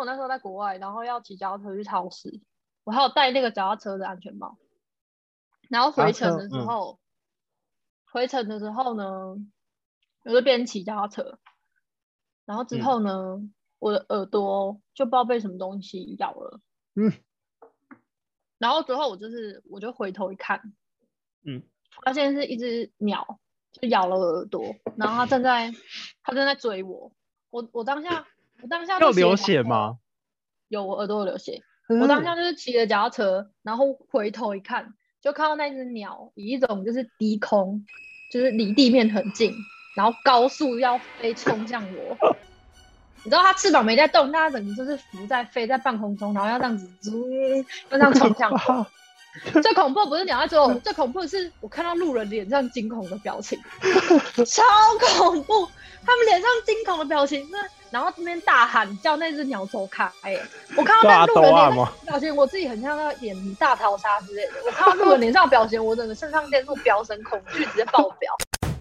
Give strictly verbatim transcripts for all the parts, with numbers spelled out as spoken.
我那时候在国外，然后要骑脚踏车去超市，我还有戴那个脚踏车的安全帽。然后回程的时候，嗯、回程的时候呢，我就边骑脚踏车，然后之后呢，嗯、我的耳朵就不知道被什么东西咬了。嗯。然后之后我就是我就回头一看，嗯，发现是一只鸟就咬了我耳朵，然后它正在它正在追我，我我当下我当下就有流血吗？ 有，我耳朵有流血。嗯、我当下就是骑着脚踏车，然后回头一看，就看到那只鸟以一种就是低空，就是离地面很近，然后高速要飞冲向我。你知道它翅膀没在动，它整个就是浮在飞在半空中，然后要这样子，要这样冲向我。最恐怖不是鸟在追我，最恐怖的是我看到路人脸上惊恐的表情，超恐怖！他们脸上惊恐的表情，然后这边大喊叫那只鸟走开、欸。我看到那路人脸上表情，我自己很像在演大逃杀之类的。我看到路人脸上表情，我整个肾上腺素飙升，恐惧直接爆表。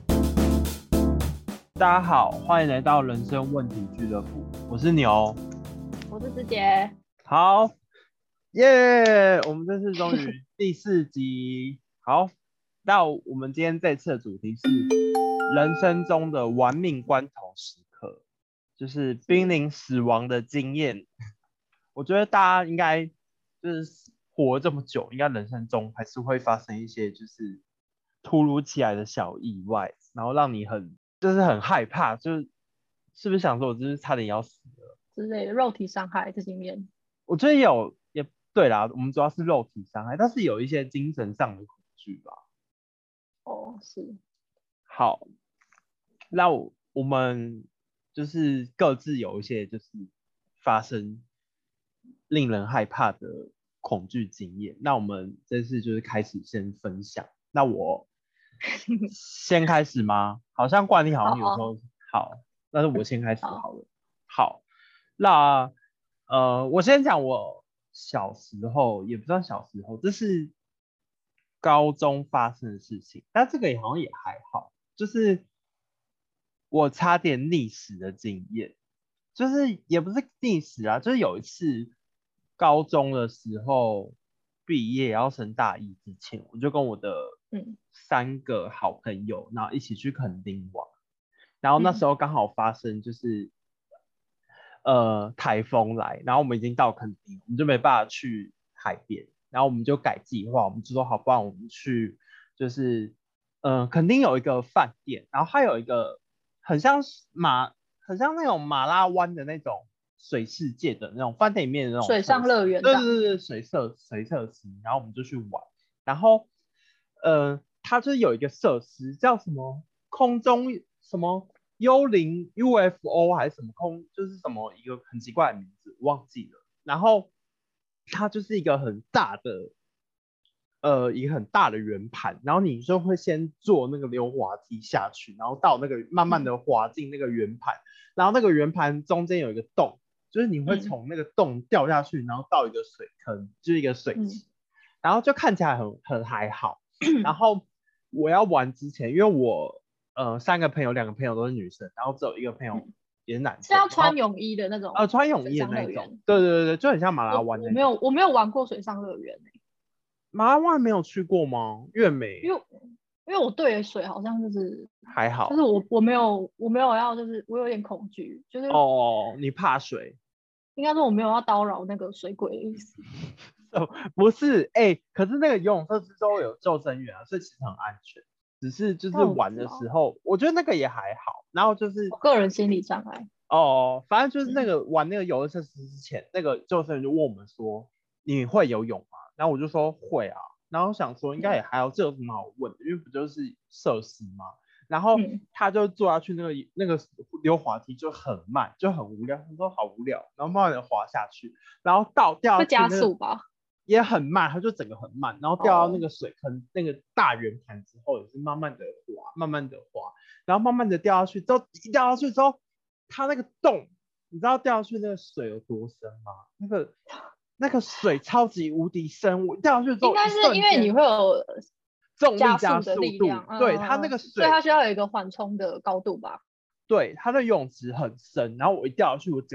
大家好，欢迎来到人生问题俱乐部，我是牛， 我是师姐。 好，耶、yeah! 我们这次终于第四集。好，那我们今天这次的主题是人生中的玩命关头时刻，就是濒临死亡的经验。我觉得大家应该就是活这么久，应该人生中还是会发生一些就是突如其来的小意外，然后让你很就是很害怕，就是是不是想说我就是差点要死了之类的肉体伤害的经验？ 我觉得有也对啦，我们主要是肉体伤害，但是有一些精神上的恐惧吧。 哦，是。 好，那我我们就是各自有一些就是发生令人害怕的恐惧经验。那我们这次就是开始先分享。那我先开始吗？好像惯例好像有时候好，那是我先开始好了。好，那呃，我先讲我小时候，也不算小时候，这是高中发生的事情，但这个也好像也还好，就是我差点溺死的经验，就是也不是溺死啊，就是有一次高中的时候毕业要升大一之前，我就跟我的三个好朋友，然后一起去垦丁玩，然后那时候刚好发生就是呃台风来，然后我们已经到垦丁，我们就没办法去海边，然后我们就改计划，我们就说好，不然我们去就是呃垦丁有一个饭店，然后它有一个很像马很像那种马拉湾的那种水世界的那种饭店里面的那种水上乐园， 对对对，水设水设施，然后我们就去玩，然后呃它就是有一个设施叫什么空中什么幽灵 U F O 还是什么空，就是什么一个很奇怪的名字，忘记了。然后它就是一个很大的，呃，一个很大的圆盘，然后你就会先坐那个溜滑梯下去，然后到那个慢慢的滑进那个圆盘，然后那个圆盘中间有一个洞，就是你会从那个洞掉下去，然后到一个水坑，就是一个水池，然后就看起来很很还好。然后我要玩之前，因为我呃，三个朋友，两个朋友都是女生，然后只有一个朋友也是男生， 是要穿泳衣的那种， 呃，穿泳衣的那种，对对对对，就很像马拉湾那种。 我没有，我没有玩过水上乐园诶。 马拉湾没有去过吗？月美， 因为因为我对水好像就是还好， 就是我我没有我没有要就是我有点恐惧，就是哦，你怕水？ 应该说我没有要叨扰那个水鬼的意思。 哦，不是，哎、欸，可是那个游泳设施都有救生员啊，所以其实很安全。只是就是玩的时候，我觉得那个也还好。然后就是我个人心理障碍。 哦，反正就是那个、嗯、玩那个游乐设施之前，那个救生员就问我们说：“你会游泳吗？”然后我就说会啊。然后想说应该也还好，这有什么好问的？因为不就是设施吗？然后他就坐下去那个那个溜滑梯就很慢，就很无聊。他说好无聊，然后慢慢的滑下去，然后到掉下去、那個、 会加速吧？ 也很慢，他就整个很慢，然后掉到那个水坑、oh. 那个大圆盘之后，也是慢慢的滑，慢慢的滑，然后慢慢的掉下去。之后一掉下去之后，它那个洞，你知道掉下去那个水有多深吗？那个那个水超级无敌深，我掉下去之后， 应该是因为你会有重力加速的力量， 对，它那个水， 所以它需要有一个缓冲的高度吧？ 对，它的游泳池很深，然后我一掉下去，我整个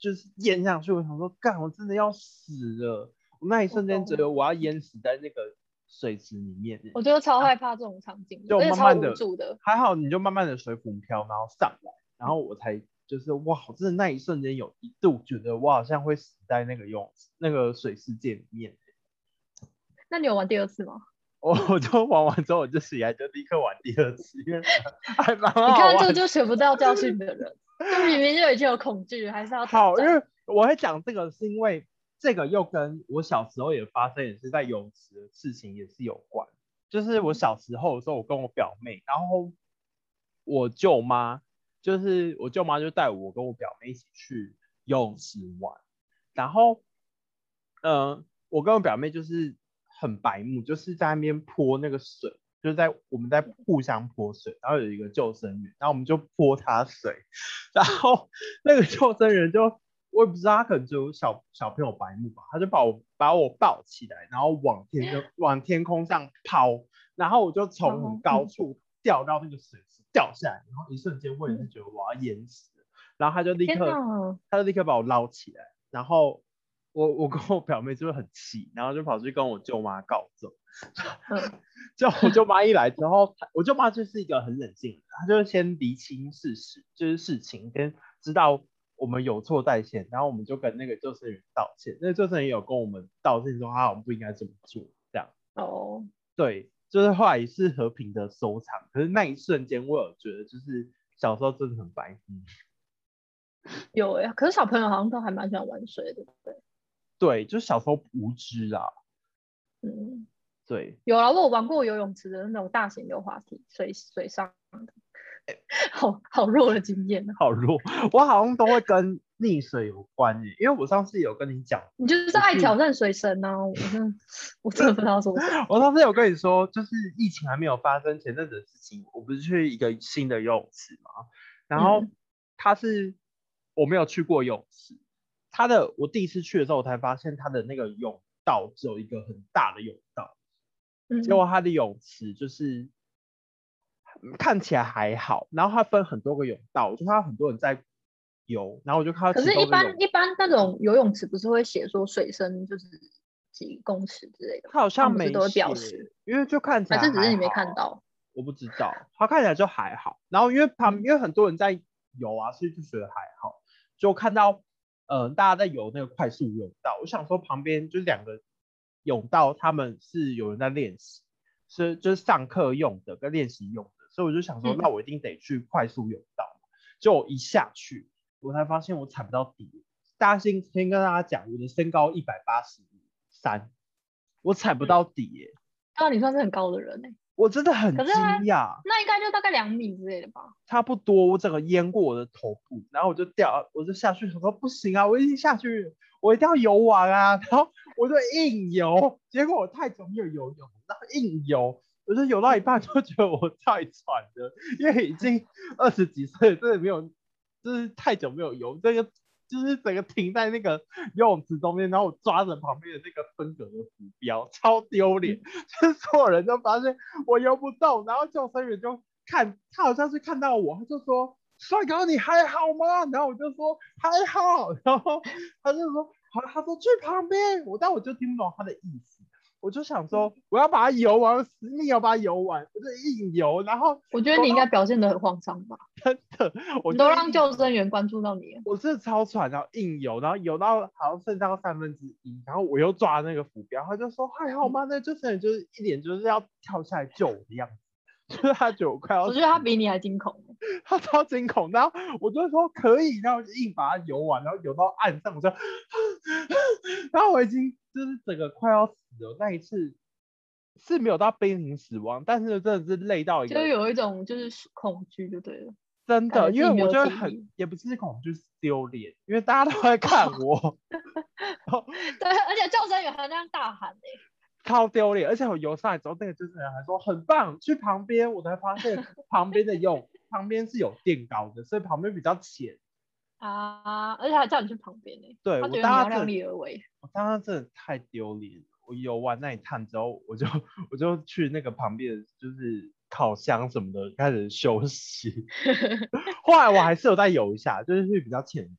就是淹下去，我想说干我真的要死了，我那一瞬间觉得我要淹死在那个水池里面。 我觉得超害怕这种场景， 就而且超慢慢的无助的。 还好你就慢慢的随风飘，然后上来，然后我才就是哇，真的那一瞬间有一度觉得我好像会死在那个游泳池那个水世界里面。 那你有玩第二次吗？ 我我就玩完之后我就起来就立刻玩第二次，因为还蛮好玩。 你看这就学不到教训的人，就明明就已经有恐惧，还是要好，因为我会讲这个是因为这个又跟我小时候也发生也是在泳池的事情也是有关。就是我小时候的时候，我跟我表妹，然后我舅妈，就是我舅妈就带我跟我表妹一起去游泳池玩，然后，呃，我跟我表妹就是很白目，就是在那边泼那个水，就是在我们在互相泼水，然后有一个救生员，然后我们就泼他水，然后那个救生员就我也不知道他可能只有小小朋友白目吧，他就把我把我抱起来，然后往天空往天空上抛，然后我就从很高处掉到那个水池掉下来，然后一瞬间我也是觉得我要淹死了，然后他就立刻他就立刻把我捞起来，然后我我跟我表妹就会很气，然后就跑去跟我舅妈告状。就我舅妈一来之后，我舅妈就是一个很冷静的人，她就先厘清事实，就是事情，跟知道我们有错在先，然后我们就跟那个救生员道歉。那个救生员也有跟我们道歉说，他好像不应该这么做，这样。 哦， 对，就是后来也是和平的收场。可是那一瞬间，我有觉得就是小时候真的很白目。 有哎、欸，可是小朋友好像都还蛮喜欢玩水的，对不对？ 对，就是小时候无知啊。 嗯， 对， 有啊，我有玩过游泳池的那种大型溜滑梯，水水上的，好好弱的经验啊， 好弱。我好像都会跟溺水有关耶，因为我上次有跟你讲， 你就是爱挑战水深啊！我真的我真的不知道说什么。 我上次有跟你说，就是疫情还没有发生前阵子的事情，我不是去一个新的游泳池嘛，然后它是我没有去过游泳池，它的我第一次去的时候，我才发现它的那个泳道只有一个很大的泳道，结果它的泳池就是看起来还好，然后它分很多个泳道，就看到很多人在游，然后我就看到可是，一般一般那种游泳池不是会写说水深就是几公尺之类的？ 它好像没都会表示， 因为就看起来还好， 还是只是你没看到？ 我不知道，它看起来就还好。然后因为旁、 嗯、 因为很多人在游啊，所以就觉得还好。就看到呃大家在游那个快速泳道，我想说旁边就是两个泳道，他们是有人在练习，是就是上课用的跟练习用的，所以我就想说，嗯、那我一定得去快速泳道。就我一下去，我才发现我踩不到底。大家先先跟大家讲，我的身高一百八十三，我踩不到底耶。 啊，你算是很高的人哎。 我真的很惊讶， 那应该就大概两米之类的吧？ 差不多，我整个淹过我的头部，然后我就掉，我就下去，我说不行啊，我已经下去，我一定要游完啊，然后我就硬游，结果我太久没有游泳，然后硬游，我就游到一半就觉得我太喘了，因为已经二十几岁，真的没有，就是太久没有游，这个就是整个停在那个游泳池中间，然后我抓着旁边的那个分隔的浮标，超丢脸，就是所有人都发现我游不动，然后救生员就看，他好像是看到我，他就说：“帅哥，你还好吗？”然后我就说：“还好。”然后他就说：“好，他说去旁边。”我但我就听不懂他的意思。我就想说，我要把它游完，死命要把它游完，我就硬游，然后我觉得你应该表现得很慌张吧？ 真的，我你都让救生员关注到你了。 我是超喘，然后硬游，然后游到好像剩下三分之一，然后我又抓那个浮标，他就说还好吗？那救生员就是一脸就是要跳下来救我的样子，就是他觉得我快要， 我觉得他比你还惊恐， 他超惊恐，然后我就说可以，然后我就硬把它游完，然后游到岸上，我就，然后我已经就是整个快要死了，那一次是没有到濒临死亡，但是真的是累到一个， 就有一种就是恐惧就对了。 真的，因为我觉得很也不是恐惧，是丢脸，因为大家都在看我。 对，而且救生员还那样大喊、欸、 超丢脸。而且我游上来之后，那个救生员还说很棒，去旁边，我才发现旁边的泳旁边是有垫高的，所以旁边比较浅啊，而且还叫你去旁边呢、欸。 对， 他觉得你要量力而为。 我当时真的太丢脸了。我游完那一趟之后，我就我就去那个旁边就是烤箱什么的开始休息。后来我还是有再游一下，就是去比较浅的地方，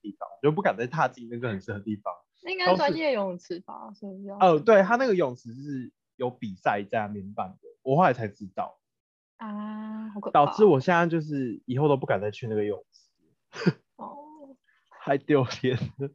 就不敢再踏进那个很深的地方。 那应该是专业游泳池吧？是不是？ 哦，对，他那个泳池是有比赛在那边办的，我后来才知道。 啊，好可怕、哦！ 导致我现在就是以后都不敢再去那个泳池。哦，太丢脸了。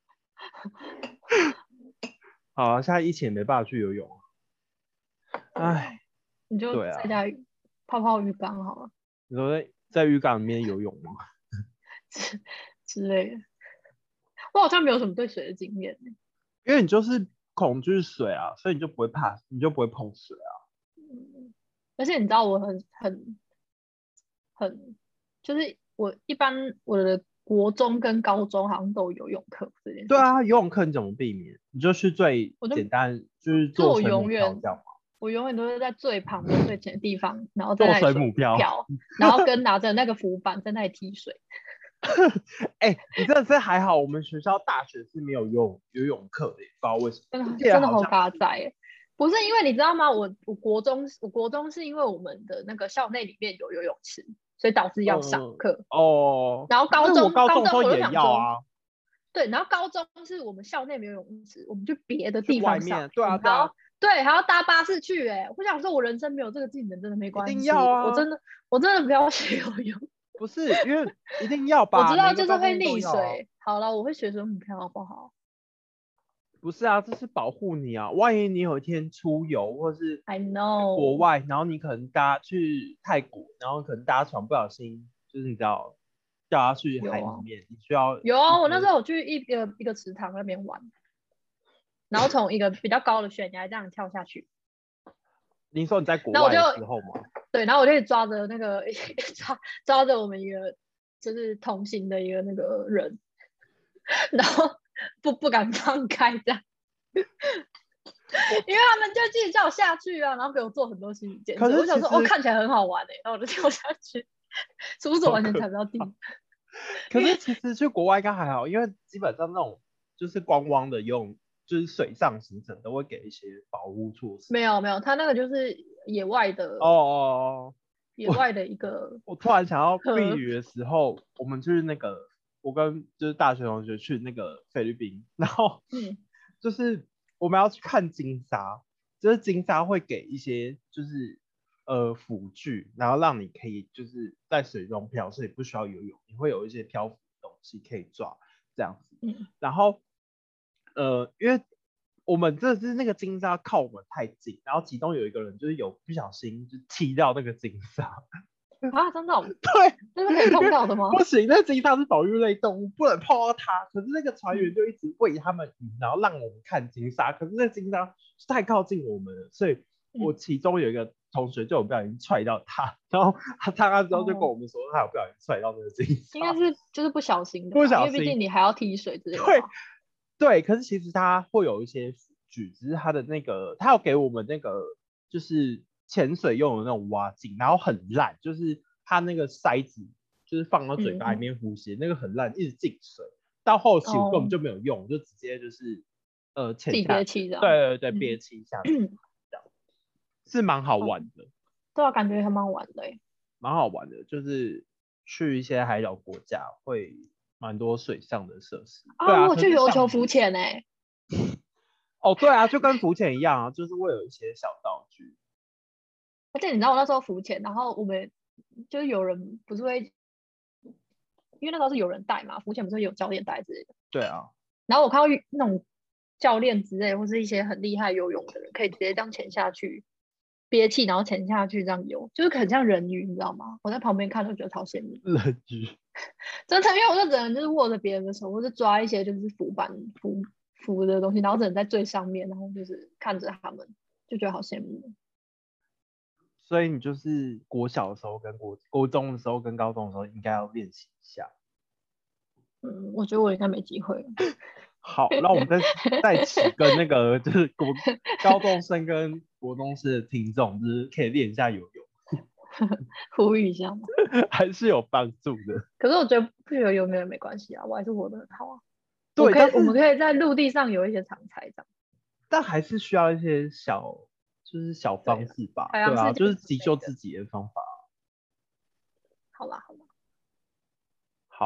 好啊，现在疫情也没办法去游泳。唉， 你就在家泡泡浴缸好了。 你说在在浴缸里面游泳吗？ 之之类的。我好像没有什么对水的经验。 因为你就是恐惧水啊，所以你就不会怕，你就不会碰水啊。 嗯，而且你知道我很很很，就是我一般我的国中跟高中好像都有游泳课这件事情。 对啊，游泳课你怎么避免？你就去最简单，就是做水母漂这样吗？ 我永远都是在最旁边最前的地方，然后在做那里水母漂， 然后跟拿着那个浮板在那里踢水。 哎、欸，你真的是还好，我们学校大学是没有游泳游泳课的，不知道为什么。 真的真的好嘎仔哎！不是因为你知道吗？我我国中我国中是因为我们的那个校内里面有游泳池，所以导致要上课、 嗯、哦。 然后高中高中高中我也要啊。 对，然后高中是我们校内没有游泳池，我们就别的地方上。对啊，对啊。 对，还要搭巴士去哎、欸！我想说，我人生没有这个技能真的没关系。 一定要啊！ 我真的我真的不要学游泳。 不是因为一定要吧？ 我知道就是会溺水。好了，我会学水母漂好不好？ 不是啊，这是保护你啊！万一你有一天出游，或是 I know 国外，然后你可能搭去泰国，然后可能搭船不小心，就是你知道掉下去海里面，啊、你需要有啊！我那时候有去一个一个池塘那边玩，然后从一个比较高的悬崖这样跳下去。 你说你在国外的时候吗？ 对，然后我就抓着那个抓抓着我们一个就是同行的一个那个人，然后不不敢放开这样，因为他们就继续叫我下去啊，然后给我做很多心理建设。我想说哦，看起来很好玩哎、欸，然后我就跳下去，是不是完全踩不到地？ 可是其实去国外应该还好，因为基本上那种就是观光的用。就是水上行程都会给一些保护措施。 没有没有，他那个就是野外的哦哦， 野外的一个我。我突然想到避雨的时候，我们去那个，我跟就是大学同学去那个菲律宾，然后嗯，就是我们要去看金沙，就是金沙会给一些就是呃辅具，然后让你可以就是在水中漂，所以不需要游泳，你会有一些漂浮的东西可以抓这样子。嗯，然后。呃，因为我们这是那个金沙靠我们太近，然后其中有一个人就是有不小心就踢到那个金沙啊，真的？ 对， 那是可以碰到的吗？ 不行，那金沙是保育类动物，不能碰到它。可是那个船员就一直喂他们鱼，然后让我们看金沙。可是那金沙太靠近我们了，所以我其中有一个同学就有不小心踹到他，然后他他那之后就跟我们说他有不小心踹到那个金沙。 应该是就是不小心的， 不小心， 因为毕竟你还要踢水之类的。 对。对，可是其实它会有一些辅具，只是它的那个，它要给我们那个就是潜水用的那种蛙镜，然后很烂，就是它那个塞子就是放到嘴巴里面呼吸，嗯、那个很烂，一直进水。到后期我根本就没有用，哦、就直接就是呃潜下去，对对对对，憋气下去，嗯、这样是蛮好玩的。 对啊，感觉还蛮玩的诶。 蛮好玩的，就是去一些海岛国家会。蛮多水上的设施啊，对啊，我去琉球浮潜哎。 哦，对啊，就跟浮潜一样啊，就是会有一些小道具。 而且你知道我那时候浮潜，然后我们就是有人不是会，因为那时候是有人带嘛，浮潜不是有教练带之类的。 对啊。 然后我看到那种教练之类，或是一些很厉害游泳的人，可以直接这样潜下去，憋气然后潜下去这样游，就是很像人鱼，你知道吗？我在旁边看都觉得超羡慕。 人鱼。 真的，因为我就只能就是握着别人的手，或是抓一些就是浮板浮浮的东西，然后只能在最上面，然后就是看着他们，就觉得好羡慕。 所以你就是国小的时候跟国国中的时候跟高中的时候应该要练习一下。 嗯，我觉得我应该没机会。 好，那我们在在此跟那个就是国高中生跟国中生的听众，就是可以练一下游泳。 呼吁一下嘛， 还是有帮助的。 可是我觉得不游泳也没关系啊，我还是活得很好啊。 对， 可以我们可以在陆地上有一些常才这样。 但还是需要一些小，就是小方式吧。对啊，就是急救自己的方法。 好啦，好啦。 好，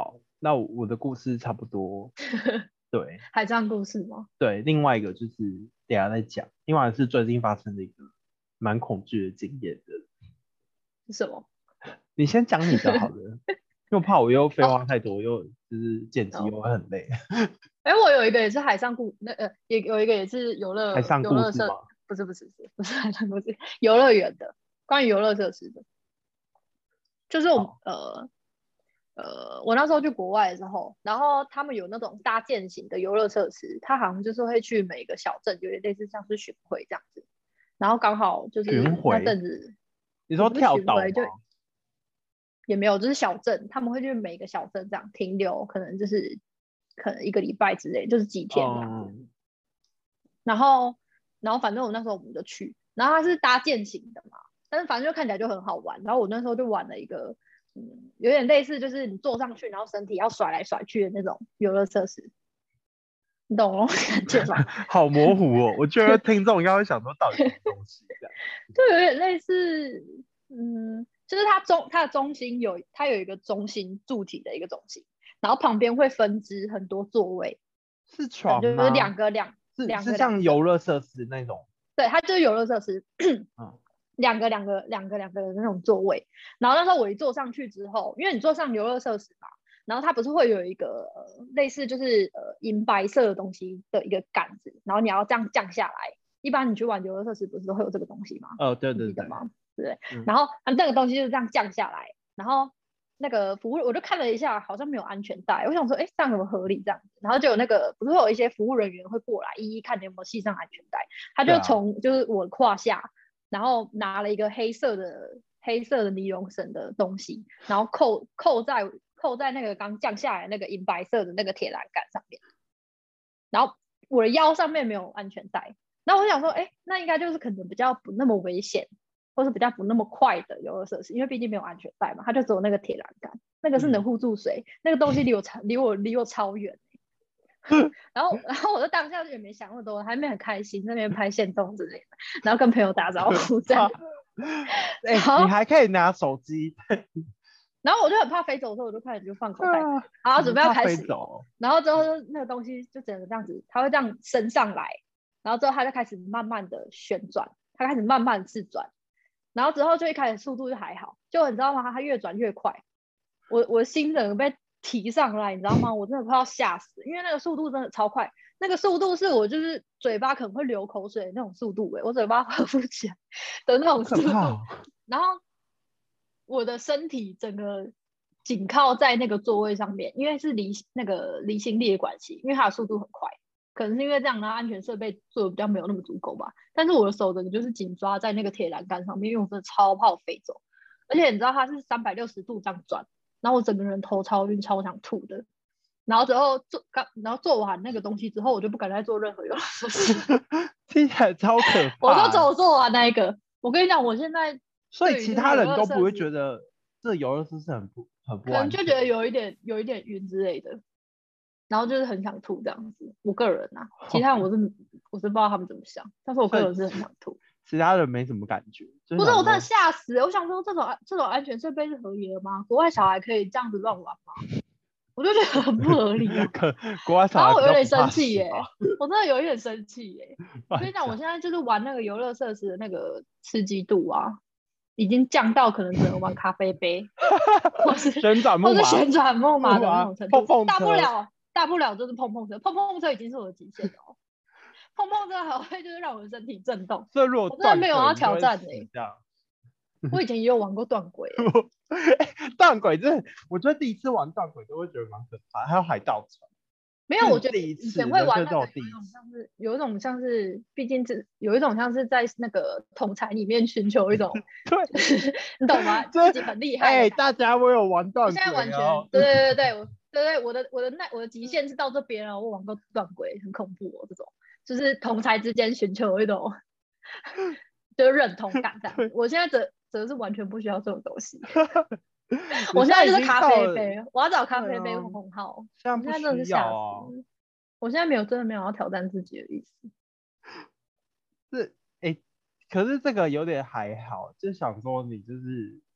那我我的故事差不多，对海上故事吗？ 对，另外一个就是等一下再讲，另外是最近发生的一个蛮恐惧的经验的。 是什么？ 你先讲你的好了，因为我怕我又废哦话太多，又就是剪辑哦， 又会很累。 哎，我有一个也是海上故，那呃，也有一个也是游海乐上故事吗？ 游乐设，不是不是不是不是海上故事，游乐园的，关于游乐设施的，就是我们好， 呃呃，我那时候去国外的时候，然后他们有那种搭建型的游乐设施，他好像就是会去每个小镇，有点类似像是巡回这样子，然后刚好就是那巡回， 阵子你说也不是跳岛吗？ 巡回，就也没有，就是小镇，他们会去每个小镇这样停留，可能就是可能一个礼拜之类，就是几天这样子。 嗯， 然后，然后反正我那时候我们就去，然后它是搭建型的嘛，但是反正就看起来就很好玩。然后我那时候就玩了一个，嗯，有点类似就是你坐上去，然后身体要甩来甩去的那种游乐设施，你懂我感觉吗？ 好模糊哦，我觉得听众应该会想说到底什么东西这样。 就有点类似，嗯，就是它中它的中心有它有一个中心柱体的一个中心，然后旁边会分支很多座位， 是可能就是船吗？ 两个两是是两个两个， 像游乐设施那种？ 对，它就是游乐设施， 嗯， 两个两个两个两个的那种座位。然后那时候我一坐上去之后，因为你坐上游乐设施嘛，然后它不是会有一个、呃、类似就是呃银白色的东西的一个杆子，然后你要这样降下来。一般你去玩游乐设施不是都会有这个东西吗？ 哦，对你对对， 记得吗？对不对？ 嗯， 然后啊那个东西就是这样降下来，然后那个服务我就看了一下，好像没有安全带，我想说，哎，这样有没有合理这样子？然后就有那个不是会有一些服务人员会过来一一看你有没有系上安全带，他就对啊， 从就是我胯下，然后拿了一个黑色的黑色的尼龙绳的东西，然后扣扣在扣在那个刚降下来那个银白色的那个铁栏杆上面，然后我的腰上面没有安全带，然后我想说，哎，那应该就是可能比较不那么危险，或是比较不那么快的游乐设施，因为毕竟没有安全带嘛，它就只有那个铁栏杆，那个是能嗯， 护住谁？那个东西离我超离我离我超远。然后，然后我就当下也没想那么多，还没很开心，那边拍线动之类的，然后跟朋友打招呼这样。 哎、 然后， 你还可以拿手机， 然后我就很怕飞走的时候，我就开始就放口袋之类的。 对啊， 好，准备要你不怕开始哦。 飞走？ 然后之后就那个东西就整个这样子，它会这样升上来，然后之后它就开始慢慢的旋转，它开始慢慢自转，然后之后就一开始速度就还好，就你知道吗？它越转越快，我我心整个被提上来，你知道吗？我真的快要吓死，因为那个速度真的超快，那个速度是我就是嘴巴可能会流口水的那种速度、欸，我嘴巴合不起来的那种好可速度， 怕哦！ 然后我的身体整个紧靠在那个座位上面，因为是离那个离心力的关系，因为它的速度很快，可能是因为这样，然后安全设备做的比较没有那么足够吧。但是我的手整个就是紧抓在那个铁栏杆上面，因为我真的超怕我飞走，而且你知道它是三百六十度这样转，然后我整个人头超晕，超想吐的。然后之后做刚，然后做完那个东西之后，我就不敢再做任何游乐设施。 听起来超可我就怕欸。 走做完那一个。我跟你讲，我现在所以其他对于这些游人都不会乐设施， 觉得这游乐设施很不很不可能安全。 就觉得有一点有一点晕之类的，然后就是很想吐这样子。我个人啊，其他人我是我是不知道他们怎么想，但是我个所以人是很想吐。 其他人没什么感觉，就不是，我真的想说， 吓死了！我想说，这种这种安全设备是合理的吗？国外小孩可以这样子乱玩吗？我就觉得很不合理啊。 可国外小然后孩比较不我有点生怕死吧？ 气耶，我真的有一点生气耶。我跟你讲，我乱讲。 现在就是玩那个游乐设施的那个刺激度啊，已经降到可能只能玩咖啡杯，或是旋转木或是马， 旋转木马的那木马，碰种程度，大不碰车， 了大不了就是碰碰车，碰碰车已经是我的极限了哦。碰碰车还会就是让我的身体震动， 所以如果我真的没断轨， 有要挑你就会死战哎。 这样。 我以前也有玩过断轨欸， 断轨真的，我觉得第一次玩断轨都会觉得蛮可怕，还有海盗船， 没有， 这是我觉得第一次， 以前会人生玩那个有都有第一次。 一种像是有一种像是，毕竟是有一种像是在那个统裁里面寻求一种， 对， 就是你懂吗？ 这自己很厉害哎、 的感觉。 大家我有玩我现在断轨完全哦， 对对对对，我对对我的我的那我的极限是到这边了，我玩过断轨，很恐怖哦，这种就是同才之间寻求一种就是认同感这样子。 对， 我现在则则是完全不需要这种东西，我现你现在已在就是咖经到了， 啡杯，我要找咖啡杯对啊， 红号。 现在我现在真的是不需要吓死啊， 了，我现在没有真的没有要挑战自己的意思。 是哎、可是这个有点还好，就想说你就是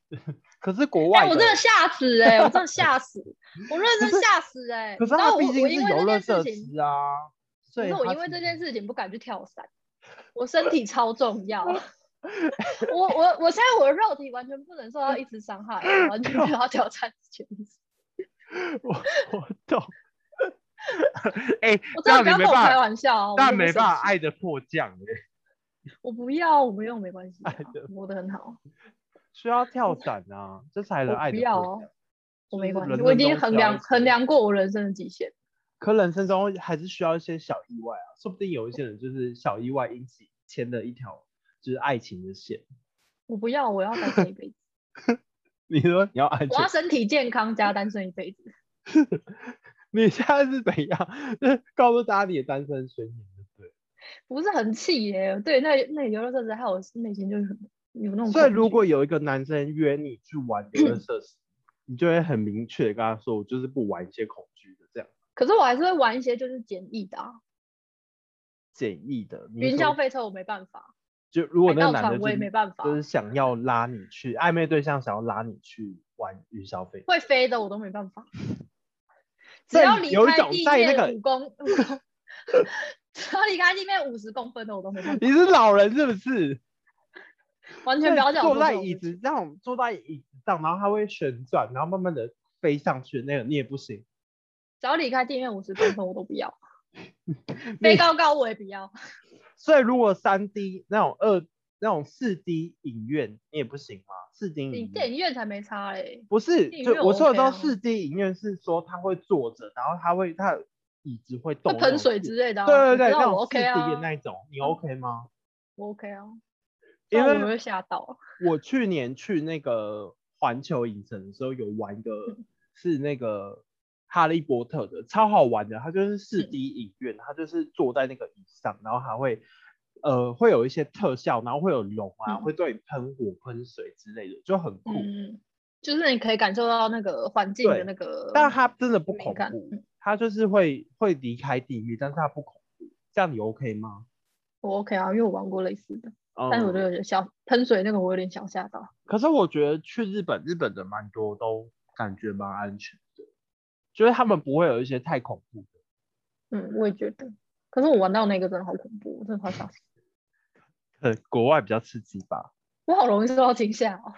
可是国外的， 哎、我真的吓死哎、欸，我真的吓死，我认真吓死哎、欸。 可是然后我它毕竟是我因为这游乐设件事情， 施啊，所以不是我因为这件事情不敢去跳伞，我身体超重要。我我我现在我的肉体完全不能受到一丝伤害，我完全没有要挑战这件事。 我我懂。哎、欸， 我真的不要跟我开玩笑啊！ 但没办法爱的迫降哎、 欸。我不要，我不用，没关系、啊，活得很好。 需要跳伞啊，这才能爱的迫降。 我不要、哦，我没关系， 人我已经衡量衡量过我人生的极限。 可人生中还是需要一些小意外啊，说不定有一些人就是小意外引起牵的一条就是爱情的线。 我不要，我要单身一辈子。 你说你要安全？ 我要身体健康加单身一辈子。 你现在是怎样？就是告诉大家你的单身宣言，对？ 不是很气耶、欸，对，那那游乐设施害我内心就是很有那种。 所以如果有一个男生约你去玩游乐设施，你就会很明确的跟他说，我就是不玩一些恐惧的这样。 可是我还是会玩一些就是简易的啊。 简易的， 云霄飞车我没办法。 就如果那个男的、就是、 我也没办法， 就是想要拉你去暧昧对象，想要拉你去玩云霄飞车， 会飞的我都没办法。只要离开地面五公，五公，只要离开地面五十公分的我都没办法。 你是老人是不是？ 完全不要讲。 坐在椅子这样，坐在椅子上，然后它会旋转，然后慢慢的飞上去，那个你也不行。 只要离开地面五十公分我都不要。飞高高我也不要。 所以如果三 D 那种二那种四 D 影院你也不行吗？四 D 影院， 电影院才没差嘞。 不是，就我说的都四 D 影院是说他会坐着，然后他会他的椅子会动， 会喷水之类的、啊。 对对对， 那种 OK 啊，的那种，你 OK 吗？ 我 OK 啊， 因为我会吓到。 我去年去那个环球影城的时候，有玩一个是那个哈利波特的，超好玩的。它就是四 D 影院，它就是坐在那个椅上，然后还会呃会有一些特效，然后会有龙啊，嗯、会对你喷火、喷水之类的，就很酷。 嗯，就是你可以感受到那个环境的那个， 但它真的不恐怖，它就是会会离开地狱，但是它不恐怖。这样你 OK 吗？ 我 OK 啊，因为我玩过类似的。但是我就有点小喷水那个，我有点小吓到。 可是我觉得去日本，日本的蛮多都感觉蛮安全的，就是他们不会有一些太恐怖的。 嗯，我也觉得。可是我玩到那个真的好恐怖，我真的快吓死。 呃，国外比较刺激吧。 我好容易受到惊吓哦。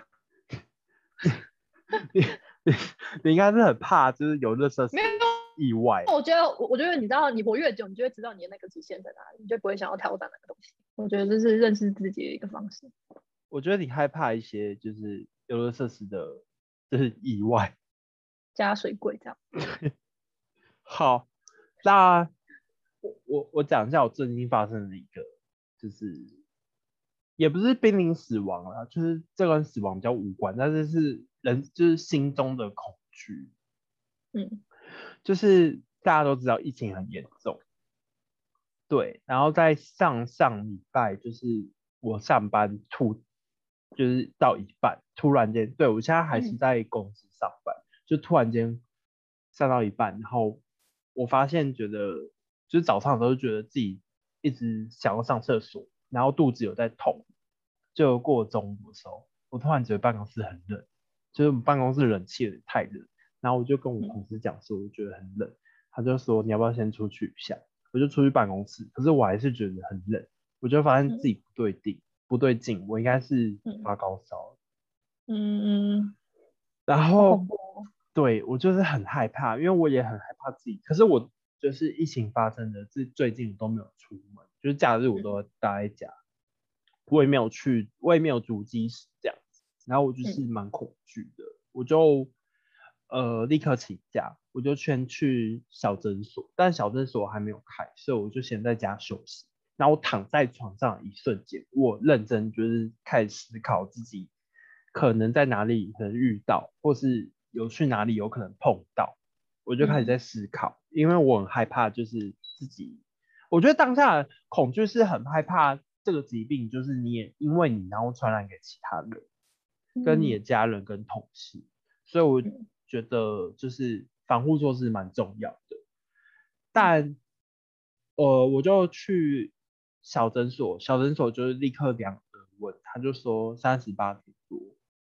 你你你应该是很怕，就是游乐设施意外。 我觉得，我觉得你知道，你活越久，你就会知道你的那个极限在哪里，你就不会想要挑战那个东西。我觉得这是认识自己的一个方式。 我觉得你害怕一些就是游乐设施的，就是意外， 加水柜这样。 好，那我我我讲一下我最近发生的一个，就是也不是濒临死亡啦，就是这跟死亡比较无关，但是是人就是心中的恐惧。 嗯， 就是大家都知道疫情很严重，对，然后在上上礼拜就是我上班突就是到一半，突然间，对，我现在还是在公司上班，嗯、就突然间上到一半，然后我发现觉得就是早上的时候觉得自己一直想要上厕所，然后肚子有在痛，就过中午的时候，我突然觉得办公室很冷，就是我们办公室冷气有点太热，然后我就跟我同事讲说我觉得很冷，他就说你要不要先出去一下？我就出去办公室，可是我还是觉得很冷，我就发现自己不对劲，嗯、不对劲，我应该是发高烧。 嗯嗯。 然后，对，我就是很害怕，因为我也很害怕自己。可是我就是疫情发生的最最近都没有出门，就是假日我都待在家，我也没有去，我也没有足迹这样子。然后我就是蛮恐惧的，我就呃立刻请假。我就先去小诊所，但小诊所还没有开，所以我就先在家休息。然后我躺在床上一瞬间，我认真就是开始思考自己可能在哪里可能遇到，或是有去哪里有可能碰到，我就开始在思考，嗯、因为我很害怕，就是自己，我觉得当下的恐惧是很害怕这个疾病，就是你也因为你然后传染给其他人，跟你的家人跟同事，所以我觉得就是防护措施蛮重要的，但呃我就去小诊所，小诊所就是立刻量额温，他就说三十八点多，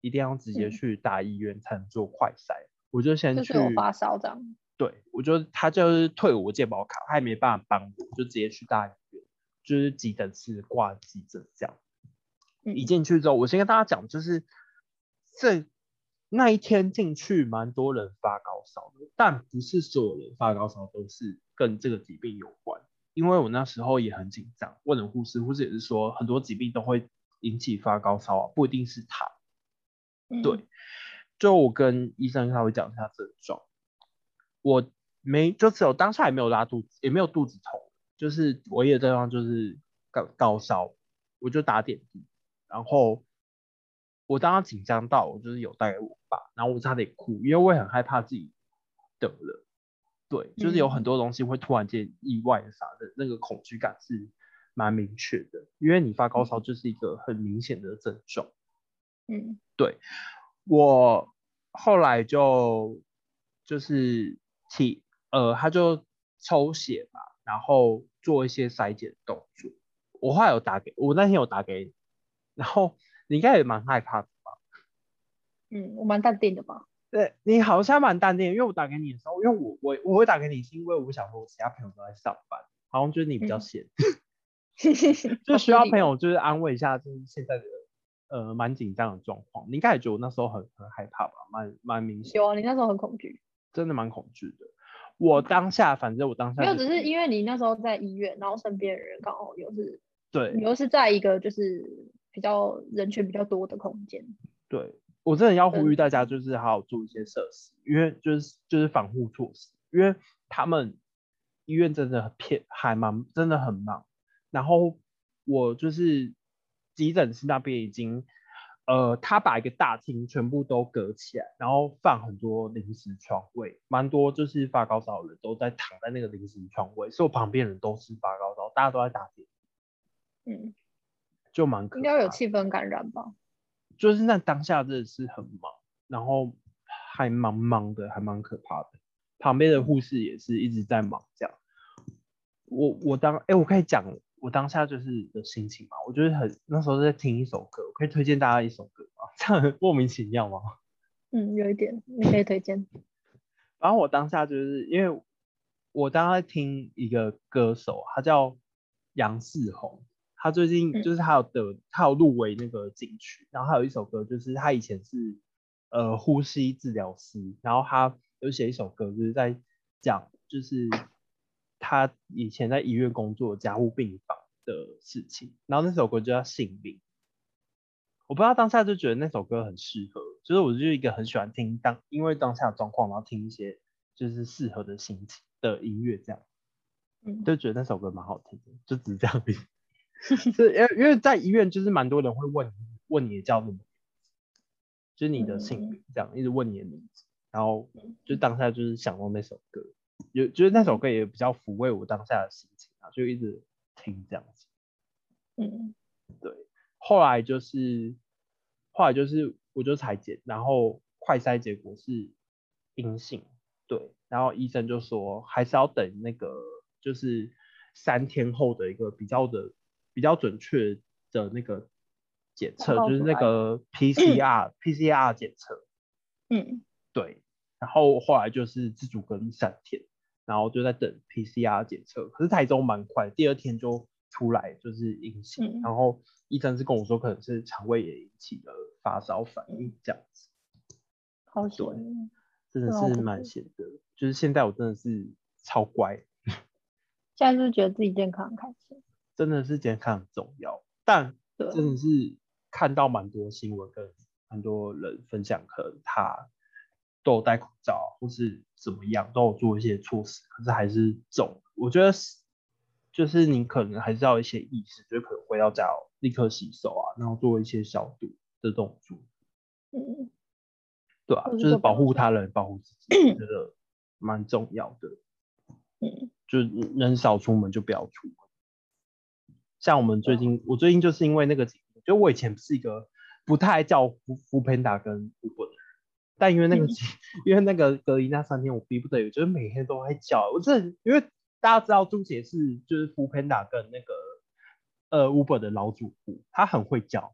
一定要直接嗯去大医院才能做快筛。我就先去， 就是有发烧这样。 对，我就他就是退我健保卡，他也没办法帮我，就直接去大医院，就是急诊室挂急诊这样。 嗯一进去之后，我先跟大家讲，就是这那一天进去蛮多人发高烧的，但不是所有人发高烧都是跟这个疾病有关。因为我那时候也很紧张，问了护士，护士也是说很多疾病都会引起发高烧啊，不一定是他。 嗯对，就我跟医生稍微讲一下症状，我没就只有当下也没有拉肚子，也没有肚子痛，就是唯一的症状就是高高烧，我就打点滴，然后我当时紧张到我就是有带给我爸，然后我差点哭，因为我也很害怕自己得了。对，就是有很多东西会突然间意外的啥的，那个恐惧感是蛮明确的，因为你发高烧就是一个很明显的症状。 嗯， 对，我后来就就是体呃，他就抽血嘛，然后做一些筛检动作。我后来有打给我那天有打给你，然后你应该也蛮害怕的吧？ 嗯，我蛮淡定的吧。 对，你好像蛮淡定的，因为我打给你的时候，因为我我我会打给你，是因为我想说我其他朋友都在上班，好像就是你比较嗯， 闲， 好就需要失礼哦。 朋友就是安慰一下，就是现在的呃蛮紧张的状况。你应该也觉得我那时候很很害怕吧，蛮蛮明显， 有啊，你那时候很恐惧。 真的蛮恐惧的。我当下反正我当没有， 下就只是因为你那时候在医院，然后身边的人刚好又是，你对又是在一个就是比较人群比较多的空间。 对，我真的要呼吁大嗯家就是好好做一些设施，因为就是就是防护措施，因为他们医院真的很偏还蛮真的很忙，然后我就是急诊室那边已经呃他把一个大厅全部都隔起来，然后放很多临时床位，蛮多就是发高烧的人都在躺在那个临时床位，所以我旁边人都是发高烧，大家都在打点， 嗯， 就蛮应该会有可怕的。 气氛感染吧。 就是那当下真的是很忙，然后还蛮忙的，还蛮可怕的。旁边的护士也是一直在忙，这样。我我当哎、欸，我可以讲我当下就是的心情嘛，我就是很那时候在听一首歌，我可以推荐大家一首歌吗？这样很莫名其妙吗？ 嗯，有一点，你可以推荐。 然后我当下就是因为我当时在听一个歌手，他叫杨世宏，他最近嗯就是他有得他有入围那个金曲，然后他有一首歌就是他以前是呃呼吸治疗师，然后他有写一首歌就是在讲就是他以前在医院工作加护病房的事情，然后那首歌就叫性命。我不知道当下就觉得那首歌很适合，就是我就是一个很喜欢听当因为当下的状况，然后听一些就是适合的心情的音乐，这样嗯就觉得那首歌蛮好听的，就只是这样而已。是因为因为在医院就是蛮多人会问你问你的叫什么，就是你的姓名嗯这样，一直问你的名字，然后嗯就当下就是想到那首歌，有就是那首歌也比较抚慰我当下的心情啊，就一直听这样子。 嗯对，后来就是后来就是我就裁剪，然后快筛结果是阴性，对，然后医生就说还是要等那个就是三天后的一个比较的比较准确的那个检报测，就是告出来。 那个 P C R P C R 检测， 嗯对，然后后来就是自主隔离三天，然后就在等 P C R 检测，可是台中蛮快，第二天就出来就是阴性， 嗯， 然后医生是跟我说可能是肠胃炎引起的发烧反应这样子， 好险， 对，真的真的好是恐怖。 蛮险的，就是现在我真的是超乖， 现在就是觉得自己健康很开心。 真的是健康很重要，但对啊。 真的是看到蛮多新闻跟很多人分享，可能他都有戴口罩或是怎么样，都有做一些措施，可是还是中。我觉得是就是你可能还是要有一些意识，就可能回到家哦立刻洗手啊，然后做一些消毒的动作， 嗯， 对啊， 或是就是保都不要想。 护他人，保护自己，我觉得蛮重要的。 嗯就能少出门就不要出门。像我们对啊。 最近，我最近就是因为那个疾病，就我以前是一个不太爱叫 Food Panda 跟 Uber 的人，但因为那个嗯因为那个隔离那三天，我逼不得已，就是每天都在叫。我这因为大家知道朱姐是就是 Food Panda 跟那个呃 Uber 的老主顾，他很会叫，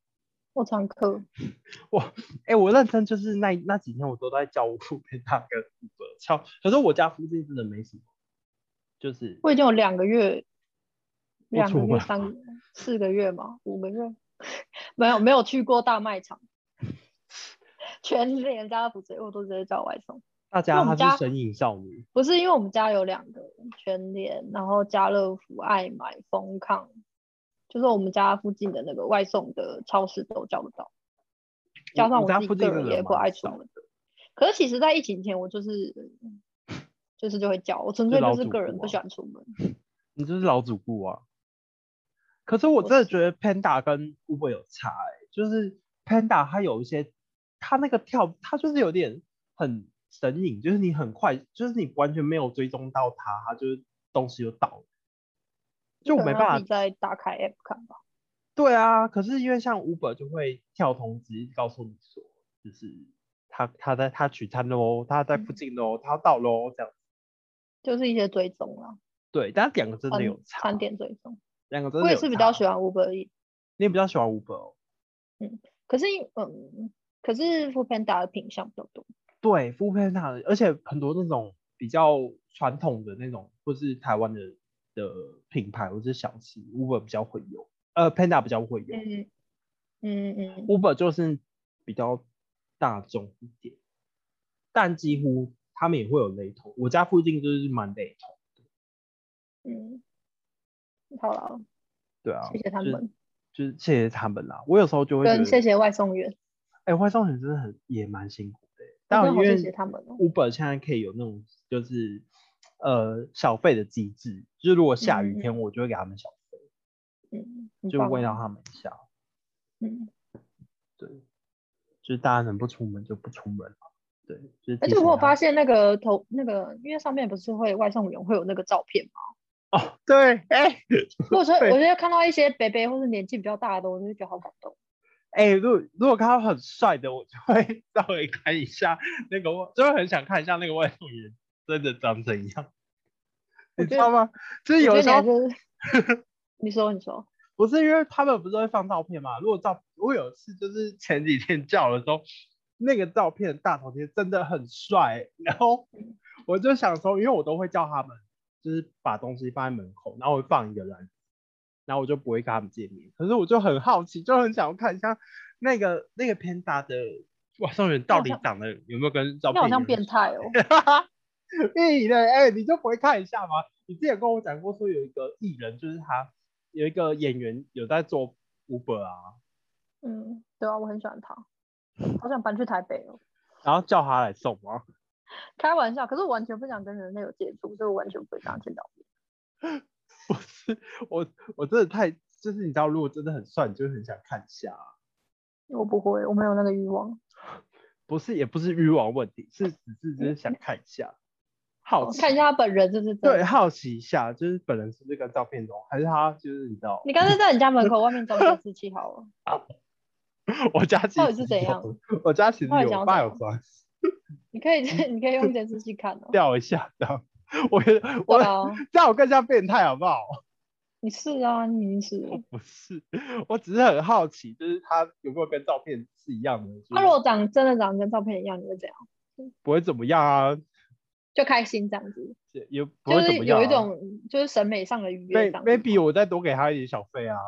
我常客。 我哎、欸，我认真就是那那几天我都在叫 Foodpanda 跟 Uber 超，可是我家附近真的没什么，就是我已经有两个月，两个月、 不出门。 三个四个月嘛，五个月，没有没有去过大卖场，全联、家乐福这些我都直接叫外送。 大家她是因为我们家神隐少女， 不是因为我们家有两个全联，然后家乐福、爱买、丰康，就是我们家附近的那个外送的超市都叫得到。加上我我家我自己个附近真的人也不蛮少爱出门，可是其实，在疫情前我就是就是就会叫，我纯粹就就老是个人不喜主顾啊， 欢出门。 你就是老主顾啊。可是我我是真的觉得 Panda 跟 Uber 有差哎、欸，就是 Panda 它有一些，它那个跳，它就是有点很神隐，就是你很快，就是你完全没有追踪到它，它就是东西就到了，就我可能要自己没办法。 再打开 app 看吧。 对啊，可是因为像 Uber 就会跳通知告诉你说，就是他他在他取餐喽，他在附嗯， 近喽，他要到喽这样。 就是一些追踪啦， 对，但是两个真的餐有差， 餐点追踪。 两个真我也的有差。 是比较喜欢 Uber Eats。 你也比较喜欢 Uber 哦？ 嗯，可是因嗯，可是 Foodpanda 的品相比较多。 对 f o o Panda，而且很多那种比较传统的那种，或是台湾的的品牌或是小吃，Uber 比较会有，呃，Panda 比较会有嗯嗯嗯 ，Uber 就是比较大众一点，但几乎他们也会有雷同。我家附近就是蛮雷同。 嗯，好了， 对啊， 谢谢他就是们， 就是谢谢他们啦。我有时候就会觉得， 跟谢谢外送员， 哎、欸，外送员真的很也蛮辛苦的欸。 我真但因为的好谢谢他们哦。 Uber 现在可以有那种就是呃小费的机制，就是如果下雨天， 嗯嗯我就会给他们小费， 嗯，很就棒啊。 慰劳他们一下。 嗯， 对，就是大家能不出门就不出门嘛。对，就是而且我有发提醒他。 现那个头那个，因为上面不是会外送员会有那个照片嘛， 哦，对，哎、欸， 或者说我对， 觉得看到一些伯伯或者年纪比较大的，我就会觉得好感动。 哎、欸，如果如果看到很帅的，我就会稍微看一下那个，就会很想看一下那个外送员真的长怎样。 我觉得， 你知道吗？就是我觉有的时候得你还是你说你说， 不是因为他们不是会放照片吗？如果照，我有一次就是前几天叫的时候，那个照片大头贴真的很帅，然后我就想说，因为我都会叫他们，就是把东西放在门口，然后会放一个篮子，然后我就不会跟他们见面。可是我就很好奇，就很想要看一下那个那个偏大的外送员到底你好像长得有没有跟照你好像片一样变态哦。 帅。屁的，哎、欸，你就不会看一下吗？你之前跟我讲过说有一个艺人，就是他有一个演员有在做 Uber 啊， 嗯，对啊，我很喜欢他，好想搬去台北哦。 然后叫他来送吗？ 开玩笑，可是我完全不想跟人类有接触，所以我完全不会跟他见到面。 不是，我我真的太就是你知道，如果真的很帅，你就很想看一下、啊。 我不会，我没有那个欲望。 不是，也不是欲望问题，是只是只是想看一下，好奇。 看一下他本人是不是这对， 样。 好奇一下，就是本人是不是跟照片中，还是他就是你知道？ 你干脆在你家门口外面装监视器好了。 我家其到底实是怎样？ 有，我家其实到底有，我想要怎样？ 爸有装。 你可以你可以用监视器看哦。 调一下，这样，我觉得我对啊， 这样我更像变态，好不好？ 你是啊，你已经是我了。 不是，我只是很好奇，就是他有没有跟照片是一样的，就他如是果长真的长得跟照片一样，你会怎样？ 不会怎么样啊， 就开心这样子， 也也不会怎就是么样啊。 有一种就是审美上的愉悦这样子 Maybe 吗？ 我再多给他一点小费啊，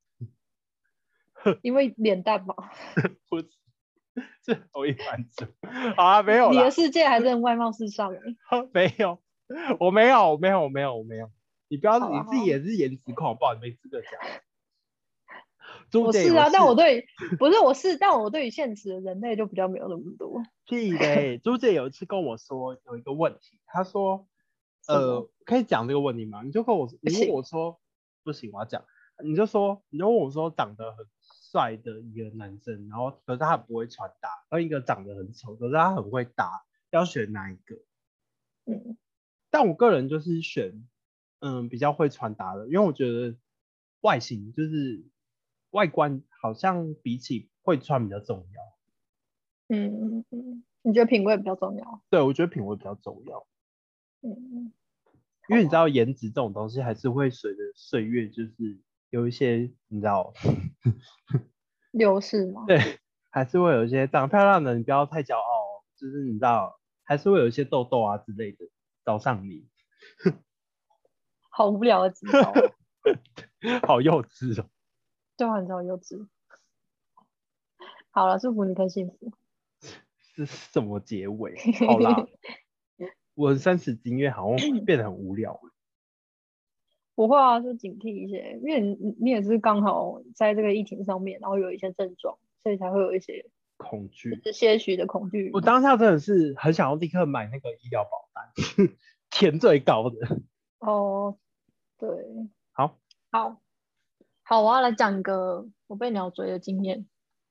因为脸蛋嘛。 不是，这我一般准。好啊，没有你的啦， 世界还是很外貌至上哎。 没有，我没有，我没有，我没有，我没有。你不要， 好啦好啦， 你自己也是颜值控，不好，你没资格讲。朱我是啊， 姐有事， 但我对不是我是，但我对于现实的人类就比较没有那么多。 屁嘞！朱姐有一次跟我说有一个问题，她说， 什么？ 呃，可以讲这个问题吗？你就跟我，你问不行。 我说，不行，我要讲，你就说，你就问我说，长得很帅的一个男生，然后可是他不会穿搭，和一个长得很丑，可是他很会搭，要选哪一个？ 嗯， 但我个人就是选，嗯，比较会穿搭的，因为我觉得外形就是外观好像比起会穿比较重要。 嗯嗯嗯，你觉得品味比较重要？ 对，我觉得品味比较重要。 嗯嗯， 因为你知道颜值这种东西还是会随着岁月，就是有一些你知道， 流逝吗？ 对，还是会有一些长漂亮的人，你不要太骄傲，就是你知道，还是会有一些痘痘啊之类的找上你。 好无聊的指导哦。 好幼稚哦。 对啊，很超幼稚。好了，祝福你可以幸福。 这是什么结尾？好啦，我三十经验好像变得很无聊。 不会啊，就警惕一些，因为你你也是刚好在这个疫情上面，然后有一些症状，所以才会有一些恐惧， 就是些许的恐惧。 我当下真的是很想要立刻买那个医疗保单，填最高的。 哦，对， 好， 好，好，我要来讲一个我被鸟追的经验。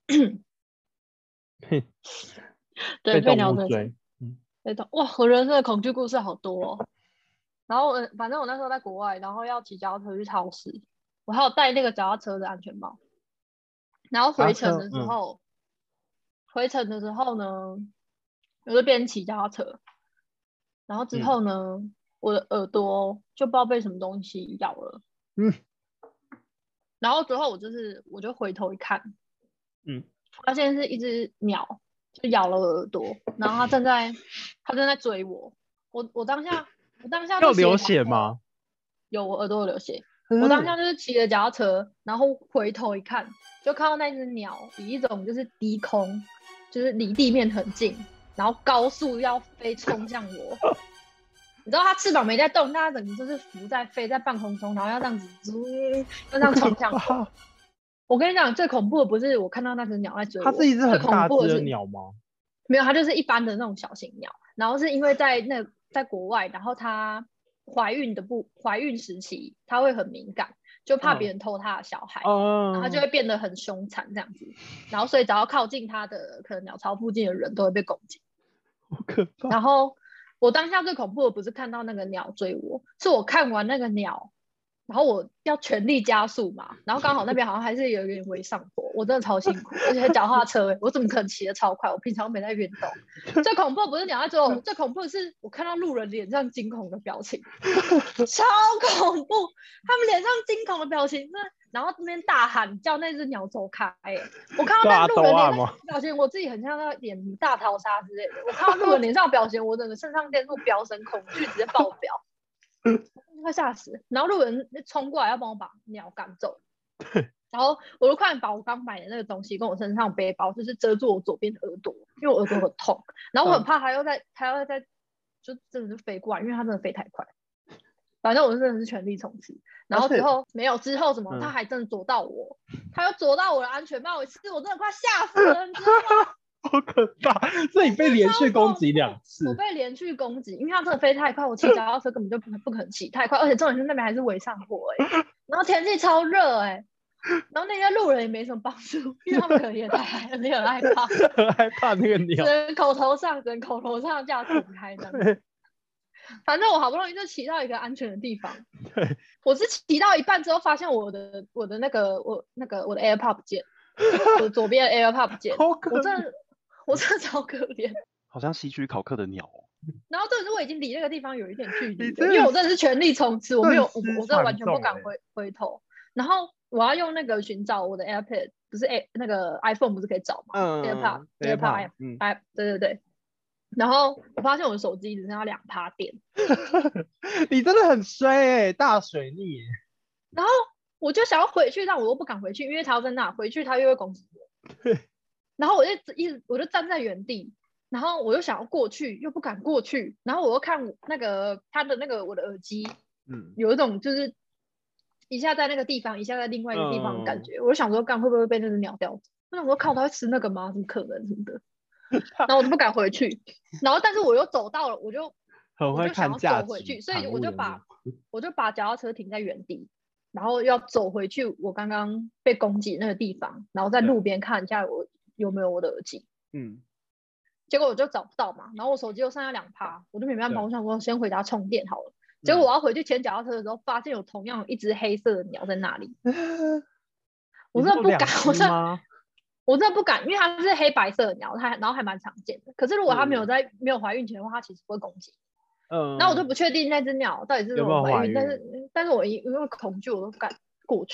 对， 被动被鸟追， 物追，嗯， 被动，哇，我人生的恐惧故事好多哦。然后我反正我那时候在国外，然后要骑脚踏车去超市，我还有戴那个脚踏车的安全帽。然后回程的时嗯， 候，回程的时候呢，我就边骑脚踏车，然后之后呢， 嗯我的耳朵就不知道被什么东西咬了， 嗯然后之后我就是我就回头一看， 嗯， 发现是一只鸟就咬了我耳朵，然后它正在它正在追我，我我当下我当下就骑要流着脚踏车， 血吗？ 有我耳朵有流血， 嗯我当下就是骑着脚踏车，然后回头一看，就看到那只鸟以一种就是低空，就是离地面很近，然后高速要飞冲向我。你知道它翅膀没在动，但它整个就是浮在飞在半空中，然后要这样子，要这样冲向我。我跟你讲，最恐怖的不是我看到那只鸟在追我， 它是一只很大只的最恐怖的是鸟吗？ 没有，它就是一般的那种小型鸟。然后是因为在那在国外，然后它怀孕的不怀孕时期，它会很敏感，就怕别人偷它的小孩， 嗯， 然后它就会变得很凶残这样子。然后所以只要靠近它的可能鸟巢附近的人都会被攻击。 好可怕。 然后我当下最恐怖的不是看到那个鸟追我，是我看完那个鸟，然后我要全力加速嘛，然后刚好那边好像还是有一点微上坡，我真的超辛苦，而且脚踏车，我怎么可能骑得超快？我平常没在运动。最恐怖的不是鸟在追我，最恐怖的是我看到路人脸上惊恐的表情，超恐怖，他们脸上惊恐的表情，真的。然后这边大喊叫那只鸟走开、欸，我看到那路人脸上表情，我自己很像在演大逃杀之类的。我看到路人脸上表情，我整个肾上腺素飙升，恐惧直接爆表，快吓死！然后路人冲过来要帮我把鸟赶走，然后我就快点把我刚买的那个东西跟我身上背包，就是遮住我左边的耳朵，因为我耳朵很痛，然后我很怕它又在，它又在，就真的是飞过来，因为它真的飞太快。反正我真的是全力冲刺，然后之后没有之后什么，他还真的啄到我，他又啄到我的安全帽一次，我真的快吓死了，你知道吗？ 好可怕！所以你被连续攻击两次。 我被连续攻击，因为他真的飞太快，我骑脚踏车根本就不不可能骑太快，而且重点是那边还是围上坡哎、欸，然后天气超热哎、欸，然后那些路人也没什么帮助，因为他们可能也太害，也很害怕， 很害怕那个鸟， 只能口头上，只能口头上叫他停开这样子。反正我好不容易就骑到一个安全的地方， 对， 我是骑到一半之后发现我的我的那个我那个我的 AirPod 不见，我左边的 AirPod 不见，我真的我真的超可怜， 好像西区考克的鸟哦。 然后这是我已经离那个地方有一点距离，因为我真的是全力冲刺，我没有我我真的完全不敢回回头，然后我要用那个寻找我的 AirPod， 不是 A 那个 iPhone 不是可以找吗？ 嗯 AirPod AirPod 嗯， 哎，对对对。然后我发现我的手机只剩下两趴电， 你真的很衰哎、欸，大水逆、欸。 然后我就想要回去，但我又不敢回去，因为他要在那回去，他又会攻击我。然后我就一直我就站在原地，然后我又想要过去，又不敢过去，然后我又看那个他的那个我的耳机，嗯，有一种就是一下在那个地方，一下在另外一个地方的感觉。嗯、我就想说，干会不会被那只鸟叼走？我想说，靠，他会吃那个吗？怎么可能什么的？然后我就不敢回去，然后但是我又走到了，我就很会看价值， 我就想要走回去，所以我就把我就把脚踏车停在原地，然后要走回去我刚刚被攻击那个地方，然后在路边看一下我有没有我的耳机，嗯，结果我就找不到嘛，然后我手机又剩下两趴，我就没办法，我想说先回家充电好了。结果我要回去牵脚踏车的时候，发现有同样一只黑色的鸟在那里，我真的不敢，我真的。我真的不敢，因为它是黑白色的鸟，它然后还蛮常见的。可是如果它没有在、嗯、没有怀孕前的话，它其实不会攻击。嗯，那我就不确定那只鸟到底是怎么怀孕，但是但是我因为恐惧，我都不敢过去。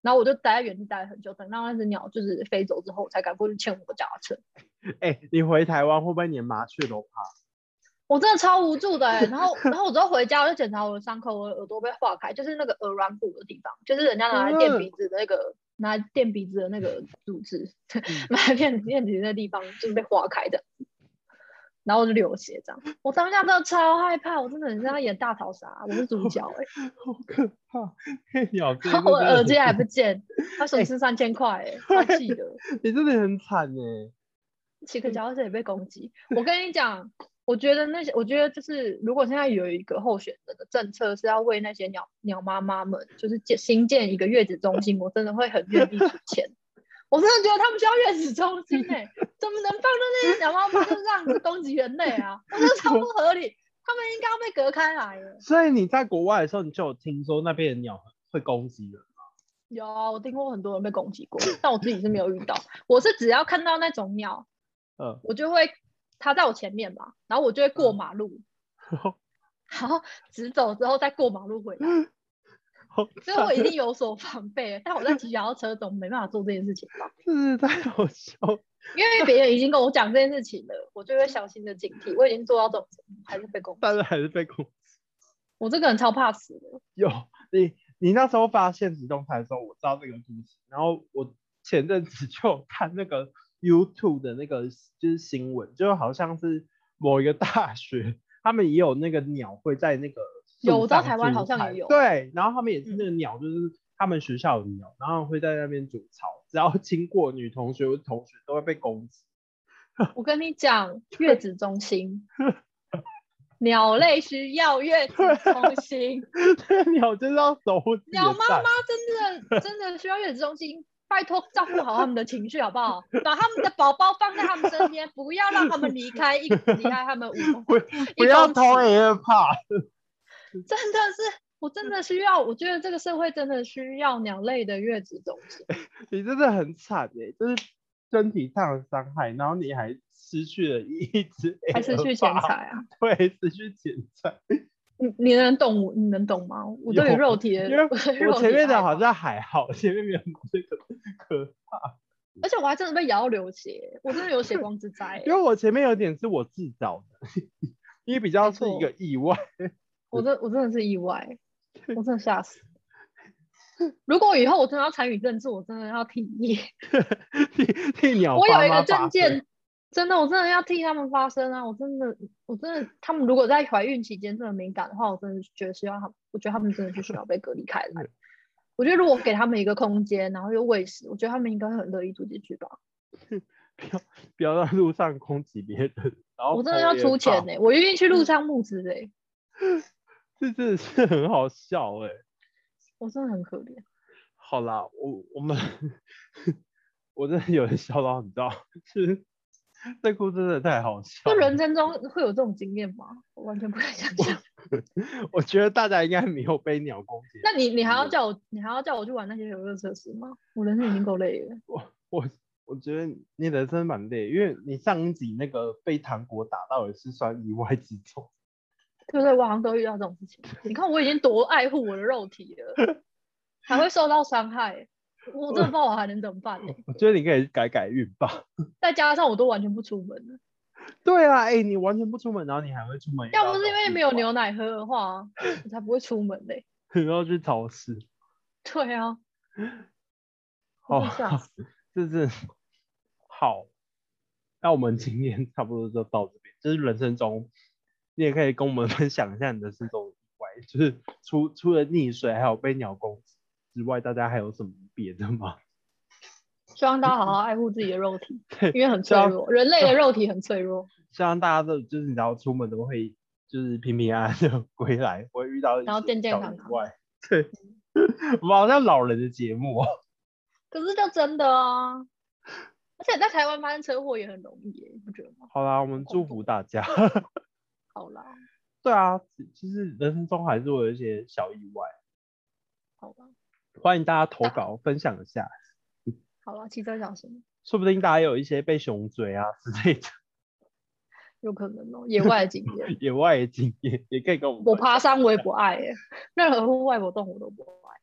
然后我就待在原地待了很久，等到那只鸟就是飞走之后，我才敢过去牵我脚踏车。 哎、欸，你回台湾会不会连麻雀都怕？ 我真的超无助的哎、欸，然后然后我之后回家我就检查我的伤口，我的耳朵被划开，就是那个耳软骨的地方，就是人家拿来垫鼻子的那个、嗯、拿来垫鼻子的那个组织，拿来垫垫鼻子的地方就是被划开的，然后就流血这样。我当下真的超害怕，我真的很像演大逃杀，我是主角哎、欸， 好可怕！鸟然后我的耳机还不见，他损失三千块哎，超气的。 你真的很惨哎、欸， 骑个脚踏车也被攻击。我跟你讲。我觉得那些，我觉得就是如果现在有一个候选人的政策是要为那些鸟鸟妈妈们，就是建新建一个月子中心，我真的会很愿意出钱。我真的觉得他们需要月子中心哎、欸，怎么能放任那些鸟妈妈就这样子攻击人类啊？我觉得超不合理，他们应该要被隔开来了。 所以你在国外的时候，你就有听说那边的鸟会攻击人吗？ 有啊，我听过很多人被攻击过，但我自己是没有遇到。我是只要看到那种鸟，嗯，我就会。他在我前面嘛，然后我就会过马路，嗯、然后直走之后再过马路回来，所以我一定有所防备。但我在骑脚踏车总没办法做这件事情吧？ 真是太好笑， 因为别人已经跟我讲这件事情了，我就会小心的警惕。我已经做到这种程度，还是被攻击， 但是还是被攻击。 我这个人超怕死的。 有你，你那时候发现实动态的时候，我知道这个故事，然后我前阵子就有看那个。YouTube 的那个就是新闻，就好像是某一个大学，他们也有那个鸟会在那个有，我知道台湾好像也有， 对，然后他们也是那个鸟，就是他们学校的鸟，然后会在那边筑巢，只要经过女同学或同学都会被攻击。 我跟你讲，月子中心，鸟类需要月子中心， 鸟就是要守护自己的鸟妈妈真的真的需要月子中心。拜托照顾好他们的情绪好不好？把他们的宝宝放在他们身边，不要让他们离开一离开他们五不不要偷也怕。 真的是，我真的需要，我觉得这个社会真的需要鸟类的月子中心。 你真的很惨哎、欸，就是身体上的伤害，然后你还失去了一只， 还失去钱财啊？ 对，失去钱财。 你你能懂我？你能懂吗？我对于肉体的， 因为我前面的好像还好，前面没有这个可怕。 而且我还真的被咬到流血，我真的有血光之灾、欸。 因为我前面有点是我自找的，因为比较是一个意外。 我真我真的是意外，我真的吓死。如果以后我真的要参与政治，我真的要替替替鸟我有一个证件。真的，我真的要替他们发声啊！我真的，我真的，他们如果在怀孕期间这么敏感的话，我真的觉得需要他们，我觉得他们真的就需要被隔离开来。我觉得如果给他们一个空间，然后又喂食，我觉得他们应该会很乐意住进去吧。 不要不要在路上攻击别人，然后我真的要出钱呢、欸，我愿意去路上募资哎， 这真的是很好笑哎、欸， 我真的很可怜。 好啦，我我们我真的有人笑到，你知道，是。这哭真的太好笑了。 就人生中会有这种经验吗？我完全不敢想象。 我, 我觉得大家应该没有被鸟攻击。 那你你还要叫我，你还要叫我去玩那些游乐设施吗？我人生已经够累了。 我我我觉得你人生蛮累，因为你上一集那个被糖果打到也是算意外之中。 对不对？我好像都遇到这种事情。你看我已经多爱护我的肉体了，还会受到伤害。我真的不知道我还能怎么办、欸、 我觉得你可以改改运吧。 再加上我都完全不出门了。 对啊，哎、欸，你完全不出门，然后你还会出门。 要不是因为没有牛奶喝的话，我才不会出门嘞、 欸。然后去超市。 对啊。 哦，这是好。那我们今天差不多就到这边。就是人生中，你也可以跟我们分享一下你的这种意外，就是除除了溺水还有被鸟攻击之外，大家还有什么别的吗？ 希望大家好好爱护自己的肉体，因为很脆弱，人类的肉体很脆弱。 希望大家都就是你知道出门都会就是平平安安的归来，不会遇到然后健健康康。 对，我们好像老人的节目哦。 可是就真的啊，而且在台湾发生车祸也很容易耶，你不觉得吗？ 好啦，我们祝福大家。 好啦。 对啊，其实人生中还是会有一些小意外。 好吧。 欢迎大家投稿分享一下。 好了，骑车小心。 说不定大家有一些被熊追啊之类的。 有可能哦，野外的经验。 野外的经验也可以跟我们。 我爬山我也不爱耶，任何户外活动我都不爱。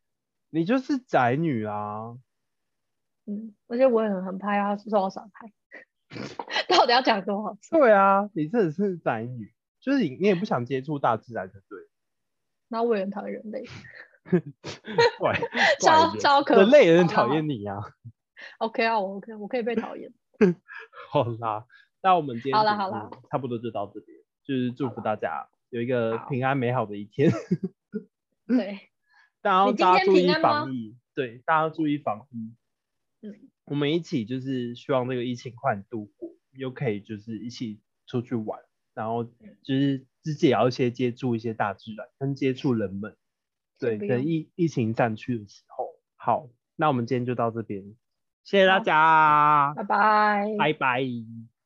你就是宅女啊。 嗯，而且我也很很怕他受到伤害。到底要讲多少次？ 对啊，你真的是宅女，就是你你也不想接触大自然的，对。 然后我也很讨厌人类， 怪怪超人， 超可人类也很好啦讨厌你啊。 OK 啊，我 OK，我可以被讨厌。 好啦，那我们今好天节目啦好啦， 差不多就到这边，就是祝福好啦大家有一个好， 平安美好的一天。 对， 大家要你今天大家注意平安吗？ 防疫，对，大家要注意防疫。 嗯， 我们一起就是希望这个疫情快点度过，又可以就是一起出去玩，然后就是自己也要先接触一些大自然，跟接触人们。对，等先不用， 疫疫情散去的时候。好，那我们今天就到这边，谢谢大好， 家， 拜拜。 拜拜。